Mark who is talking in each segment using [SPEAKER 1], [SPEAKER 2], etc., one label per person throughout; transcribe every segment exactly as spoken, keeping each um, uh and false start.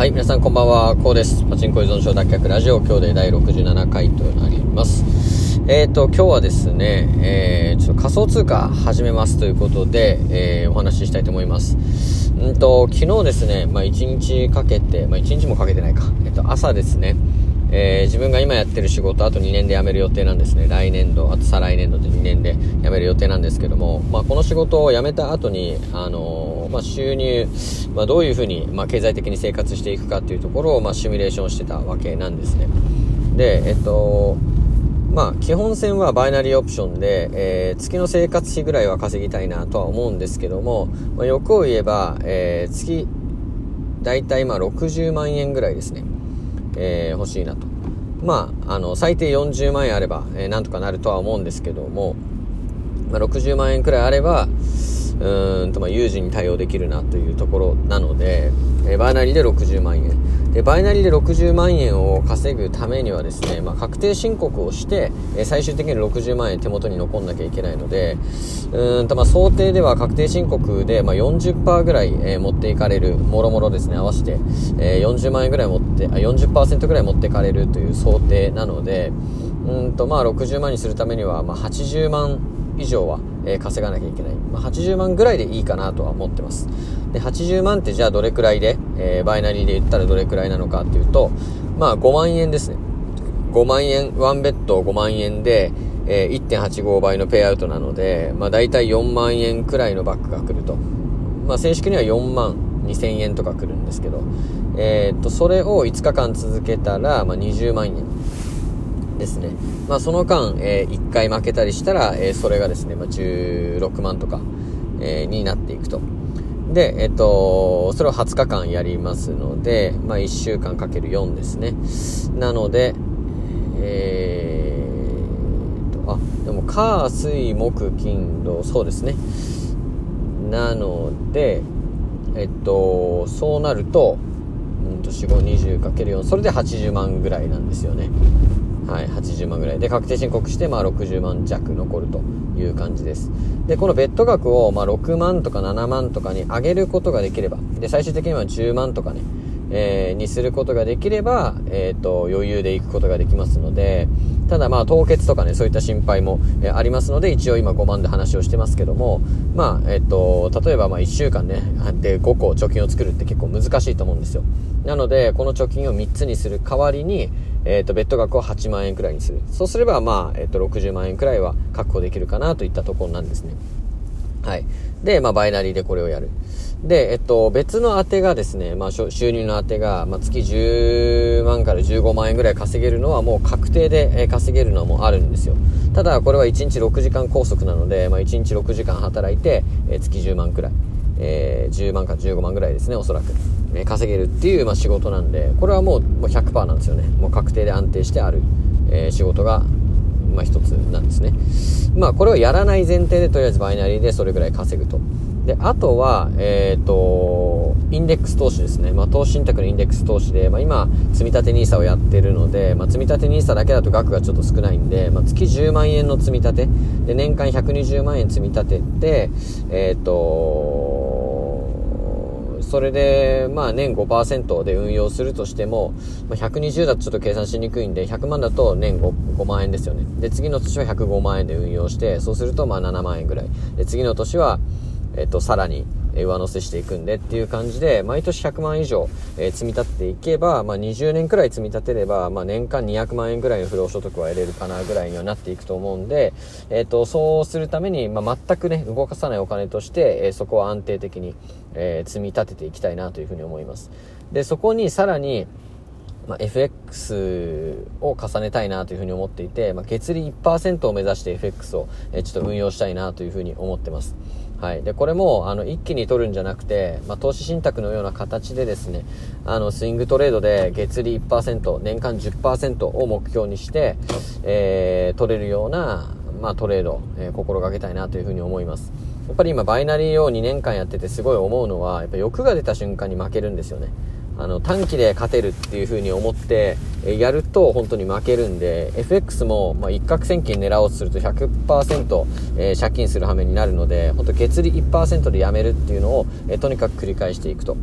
[SPEAKER 1] はい皆さんこんばんは、こうです。パチンコ依存症脱却ラジオ、今日でだいろくじゅうななかいとなります。えーと今日はですね、えー、ちょっと仮想通貨始めますということで、えー、お話ししたいと思います。うんと昨日ですね、まあいちにちかけて、まあいちにちもかけてないか、えっと朝ですね、えー、自分が今やってる仕事あとにねんで辞める予定なんですね。来年度、あと再来年度でにねんで辞める予定なんですけども、まあこの仕事を辞めた後にあのー、まあ収入、まあどういうふうにまあ経済的に生活していくかっていうところをまあシミュレーションしてたわけなんですね。で、えっとまあ基本線はバイナリーオプションで、えー、月の生活費ぐらいは稼ぎたいなとは思うんですけども、まあ、欲を言えば、えー、月だいたいまあろくじゅうまんえんぐらいですね。えー、欲しいなと。まあ、あの最低よんじゅうまんえんあれば、えー、なんとかなるとは思うんですけども、まあ、ろくじゅうまんえんくらいあればうーんと、まあ、有事に対応できるなというところなので、えー、バイナリーでろくじゅうまんえんで、バイナリーでろくじゅうまんえんを稼ぐためにはですね、まあ、確定申告をして、えー、最終的にろくじゅうまんえん手元に残んなきゃいけないので、うーんと、まあ、想定では確定申告で、まあ、よんじゅっパーセント ぐらい、えー、持っていかれる、もろもろですね、合わせて、えー、よんじゅうまんえんぐらい持って、あ、よんじゅっパーセント ぐらい持っていかれるという想定なので、うーんと、まあ、ろくじゅうまんにするためには、まあ、はちじゅうまん以上は、えー、稼がなきゃいけない。まあ、はちじゅうまんぐらいでいいかなとは思ってます。で、はちじゅうまんってじゃあどれくらいで、えー、バイナリーで言ったらどれくらいなのかっていうと、まあごまんえんですね。ごまんえん、ワンベッドごまんえんで、えー、いってんはちご 倍のペイアウトなので、まあだいたいよんまんえんくらいのバックが来ると。まあ正式にはよんまんにせんえんとか来るんですけど、えー、っと、それをいつかかん続けたら、まあにじゅうまんえん。ですね。まあその間、えー、いっかい負けたりしたら、えー、それがですね、まあ、じゅうろくまんとか、えー、になっていくと。で、えっと、それをはつかかんやりますので、まあいっしゅうかんかけるよんですね。なので、えーと、あ、でも、火、水、木、金、土、そうですね。なので、えっと、そうなると、うんと、よん、ご、にじゅうかけるよん、それではちじゅうまんぐらいなんですよね。はい、はちじゅうまんぐらいで確定申告して、まあろくじゅうまん弱残るという感じです。で、このベッド額をまあろくまんとかななまんとかに上げることができれば、で最終的にはじゅうまんとかね、えー、にすることができれば、えっと余裕でいくことができますので、ただまあ凍結とかね、そういった心配も、えー、ありますので、一応今ごまんで話をしてますけども、まあえっと例えばまあいっしゅうかんねでごこ貯金を作るって結構難しいと思うんですよ。なのでこの貯金をみっつにする代わりに、えっとベッド額をはちまんえんくらいにする。そうすればまあえっとろくじゅうまんえんくらいは確保できるかなといったところなんですね。はい。で、まあバイナリーでこれをやる。で、えっと、別の当てがですね、まあ、収入の当てが、まあ、月じゅうまんからじゅうごまんえんぐらい稼げるのはもう確定で、えー、稼げるのもあるんですよ。ただ、これはいちにちろくじかん拘束なので、まあ、いちにちろくじかん働いて、えー、月じゅうまんくらい、えー、じゅうまんからじゅうごまんぐらいですね、おそらく。えー、稼げるっていう、まあ、仕事なんで、これはもう、もう ひゃくパーセント なんですよね。もう確定で安定してある、えー、仕事が、まあ、一つなんですね。まあ、これをやらない前提で、とりあえずバイナリーでそれぐらい稼ぐと。で、あとは、えっと、インデックス投資ですね。まあ、投資信託のインデックス投資で、まあ、今、積み立て ニーサ をやってるので、まあ、積み立て ニーサ だけだと額がちょっと少ないんで、まあ、月じゅうまんえんの積み立て、で、年間ひゃくにじゅうまんえん積み立てて、えっと、それで、まあ、年 ごパーセント で運用するとしても、まあ、ひゃくにじゅうだとちょっと計算しにくいんで、ひゃくまんだと年 5, ごまんえんですよね。で、次の年はひゃくごまんえんで運用して、そうすると、まあ、ななまんえんぐらい。で、次の年は、えっと、さらに上乗せしていくんでっていう感じで、毎年ひゃくまん以上、えー、積み立てていけば、まあ、にじゅうねんくらい積み立てれば、まあ、年間にひゃくまんえんぐらいの不労所得は得れるかなぐらいにはなっていくと思うんで、えっと、そうするために、まあ、全くね、動かさないお金として、えー、そこは安定的に、えー、積み立てていきたいなというふうに思います。で、そこにさらに、まあ、エフエックス を重ねたいなというふうに思っていて、まあ、月利 いちパーセント を目指して エフエックス を、えー、ちょっと運用したいなというふうに思ってます。はい。で、これも、あの、一気に取るんじゃなくて、まあ、投資信託のような形でですね、あの、スイングトレードで月利 いちパーセント、年間 じゅっパーセント を目標にして、えー、取れるような、まあ、トレード、えー、心がけたいなというふうに思います。やっぱり今、バイナリーをにねんかんやっててすごい思うのは、やっぱ欲が出た瞬間に負けるんですよね。あの短期で勝てるっていう風に思ってやると本当に負けるんで、 エフエックス もまあ一攫千金狙おうとすると ひゃくパーセント、えー、借金する羽目になるので、本当月利 いちパーセント でやめるっていうのを、えー、とにかく繰り返していくと。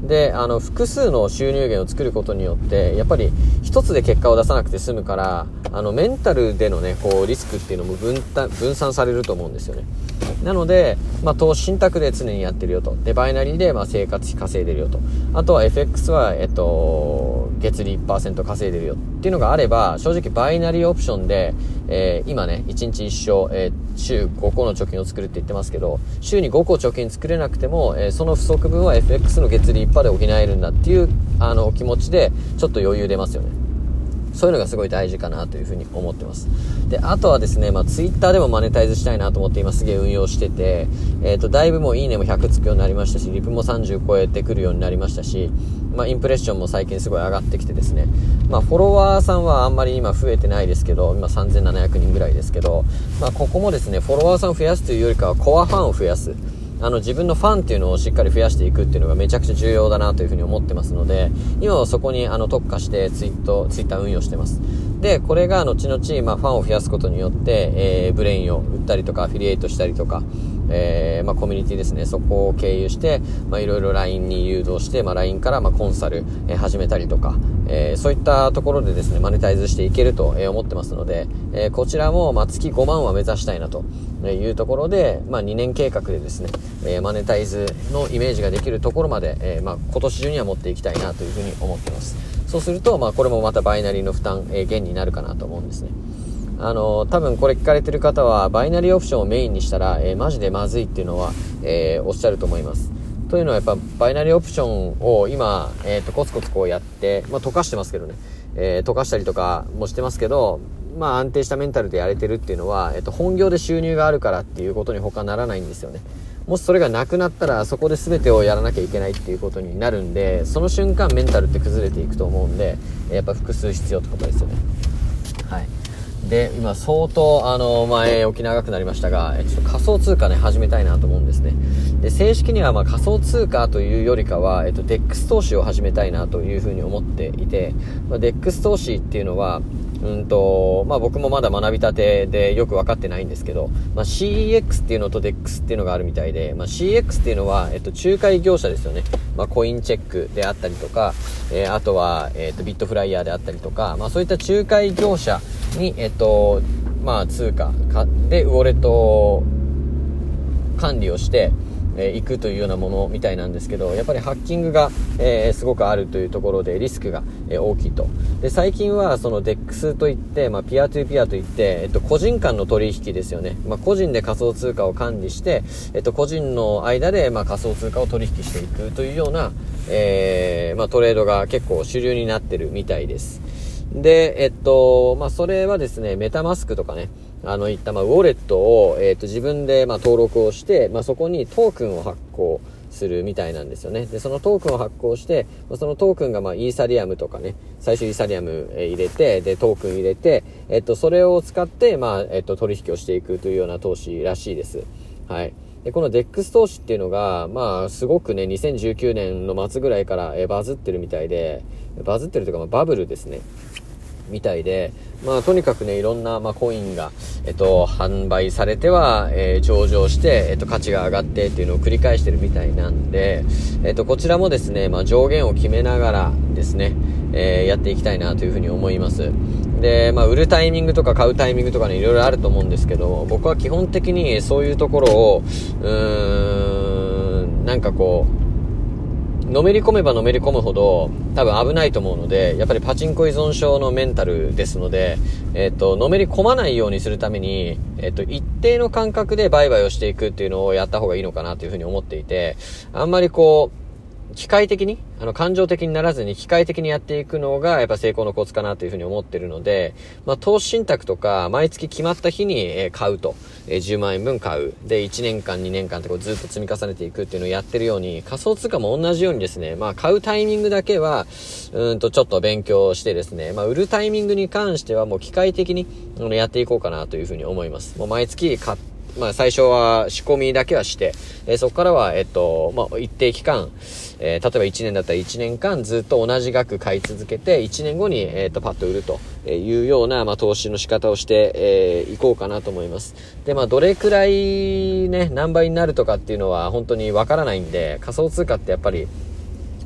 [SPEAKER 1] で、あの、複数の収入源を作ることによって、やっぱり一つで結果を出さなくて済むから、あの、メンタルでのね、こう、リスクっていうのも分担、分散されると思うんですよね。なので、まあ、投資信託で常にやってるよと。で、バイナリーで、まあ、生活費稼いでるよと。あとは エフエックス は、えっと、月利 いちパーセント 稼いでるよっていうのがあれば、正直バイナリーオプションで、えー、今ね、いちにちいっ勝、えー、週ごこの貯金を作るって言ってますけど、週にごこ貯金作れなくても、えー、その不足分は エフエックス の月利 いちパーセント で補えるんだっていう、あの、気持ちで、ちょっと余裕出ますよね。そういうのがすごい大事かなというふうに思ってます。で、あとはですね、まあ、ツイッターでもマネタイズしたいなと思って今すげえ運用してて、えっと、だいぶもういいねもひゃくつくようになりましたし、リプもさんじゅう超えてくるようになりましたし、まあ、インプレッションも最近すごい上がってきてですね、まあ、フォロワーさんはあんまり今増えてないですけど、今さんぜんななひゃくにんぐらいですけど、まあ、ここもですね、フォロワーさんを増やすというよりかはコアファンを増やす。あの自分のファンっていうのをしっかり増やしていくっていうのがめちゃくちゃ重要だなというふうに思ってますので、今はそこにあの特化してツイート、ツイッター運用してます。で、これが後々、まあ、ファンを増やすことによって、えー、ブレインを売ったりとかアフィリエイトしたりとか、えー、まあ、コミュニティですね、そこを経由して、まあ、いろいろ ライン に誘導して、まあ、ライン からまあコンサル、えー、始めたりとか、えー、そういったところでですね、マネタイズしていけると、えー、思ってますので、えー、こちらもまあ月ごまんは目指したいなというところで、まあ、にねん計画でですね、えー、マネタイズのイメージができるところまで、えー、まあ今年中には持っていきたいなというふうに思ってます。そうすると、まあこれもまたバイナリーの負担、えー、減になるかなと思うんですね。あのー、多分これ聞かれてる方はバイナリーオプションをメインにしたら、えー、マジでまずいっていうのは、えー、おっしゃると思います。というのはやっぱバイナリーオプションを今、えー、とコツコツこうやって、まあ溶かしてますけどね、えー、溶かしたりとかもしてますけど、まあ安定したメンタルでやれてるっていうのは、えっと、本業で収入があるからっていうことに他ならないんですよね。もしそれがなくなったらそこで全てをやらなきゃいけないっていうことになるんで、その瞬間メンタルって崩れていくと思うんで、やっぱ複数必要ってことですよね。はい。で、今相当あの前置き長くなりましたが、ちょっと仮想通貨ね始めたいなと思うんですね。で、正式にはまあ仮想通貨というよりかは、えっと デックス 投資を始めたいなというふうに思っていて、まあ、デックス 投資っていうのはうんとまあ僕もまだ学びたてでよく分かってないんですけど、まあ、シーイーエックス っていうのと デックス っていうのがあるみたいで、まあ、シーイーエックス っていうのはえっと仲介業者ですよね。まあ、コインチェックであったりとか、えー、あとはえっとビットフライヤーであったりとか、まあそういった仲介業者にえっとまあ通貨でウォレットを管理をしてえー、行くというようなものみたいなんですけど、やっぱりハッキングが、えー、すごくあるというところでリスクが、えー、大きいと。で、最近はその デックス といって、まあ、ピアトゥーピアといって、えっと、個人間の取引ですよね。まあ、個人で仮想通貨を管理して、えっと、個人の間で、まあ、仮想通貨を取引していくというような、えー、まあ、トレードが結構主流になってるみたいです。で、えっと、まあ、それはですね、メタマスクとかね、あのいった、まあ、ウォレットを、えっと、自分で、まあ、登録をして、まあ、そこにトークンを発行するみたいなんですよね。で、そのトークンを発行して、そのトークンが、まあ、イーサリアムとかね、最初イーサリアム入れて、で、トークン入れて、えっと、それを使って、まあ、えっと、取引をしていくというような投資らしいです。はい。で、この デックス 投資っていうのが、まあ、すごくね、にせんじゅうきゅうねんの末ぐらいから、えバズってるみたいで、バズってるというか、まあ、バブルですね。みたいで、まあとにかくね、いろんな、まあ、コインが、えっと、販売されては、えー、上場して、えっと、価値が上がってっていうのを繰り返してるみたいなんで、えっと、こちらもですね、まあ上限を決めながらですね、えー、やっていきたいなというふうに思います。で、まあ売るタイミングとか買うタイミングとかね、いろいろあると思うんですけど、僕は基本的にそういうところを、うーん、なんかこう、のめり込めばのめり込むほど多分危ないと思うので、やっぱりパチンコ依存症のメンタルですので、えっと、のめり込まないようにするために、えっと、一定の感覚で売買をしていくっていうのをやった方がいいのかなというふうに思っていて、あんまりこう、機械的に、あの、感情的にならずに機械的にやっていくのがやっぱ成功のコツかなというふうに思ってるので、まあ、投資信託とか毎月決まった日に、えー、買うと、えー、じゅうまんえんぶん買う。で、いちねんかん、にねんかんってこうずっと積み重ねていくっていうのをやってるように、仮想通貨も同じようにですね、まあ、買うタイミングだけは、うーんとちょっと勉強してですね、まあ、売るタイミングに関してはもう機械的にやっていこうかなというふうに思います。もう毎月買って、まあ最初は仕込みだけはして、えー、そこからは、えっと、まあ一定期間、えー、例えばいちねんだったらいちねんかんずっと同じ額買い続けて、いちねんごに、えっと、パッと売るというような、まあ投資の仕方をして、えー、いこうかなと思います。で、まあどれくらいね、何倍になるとかっていうのは本当にわからないんで、仮想通貨ってやっぱり、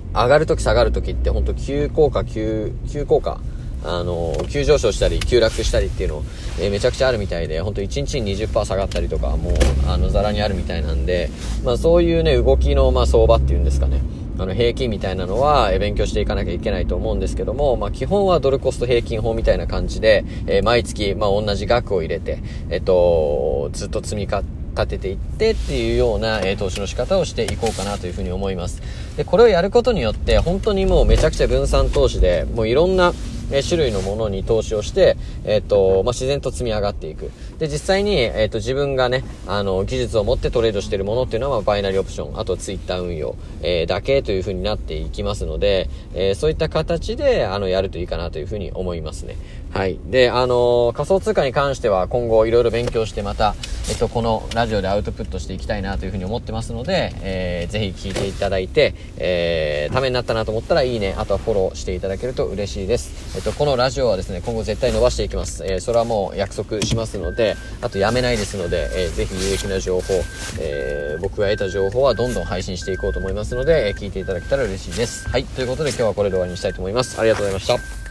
[SPEAKER 1] 上がるとき下がるときって本当急降下、急、急降下、あの、急上昇したり、急落したりっていうの、えー、めちゃくちゃあるみたいで、本当いちにちに にじゅっパーセント 下がったりとか、もう、あの、ザラにあるみたいなんで、まあそういうね、動きの、まあ相場っていうんですかね。あの、平均みたいなのは、えー、勉強していかなきゃいけないと思うんですけども、まあ基本はドルコスト平均法みたいな感じで、えー、毎月、まあ同じ額を入れて、えっと、ずっと積み立てていってっていうような、えー、投資の仕方をしていこうかなというふうに思います。で、これをやることによって、本当にもうめちゃくちゃ分散投資で、もういろんな、え種類のものに投資をして、えっと、まあ、自然と積み上がっていく。で、実際に、えっと、自分がね、あの、技術を持ってトレードしているものっていうのは、まあ、バイナリーオプション、あとツイッター運用、えー、だけという風になっていきますので、えー、そういった形で、あの、やるといいかなという風に思いますね。はい。で、あのー、仮想通貨に関しては今後いろいろ勉強してまた、えっと、このラジオでアウトプットしていきたいなという風に思ってますので、えー、ぜひ聞いていただいて、えー、ためになったなと思ったらいいね、あとはフォローしていただけると嬉しいです。えっと、このラジオはですね、今後絶対伸ばしていきます。えー、それはもう約束しますので、あとやめないですので、えー、ぜひ有益な情報、えー、僕が得た情報はどんどん配信していこうと思いますので、えー、聞いていただけたら嬉しいです。はい。ということで今日はこれで終わりにしたいと思います。ありがとうございました。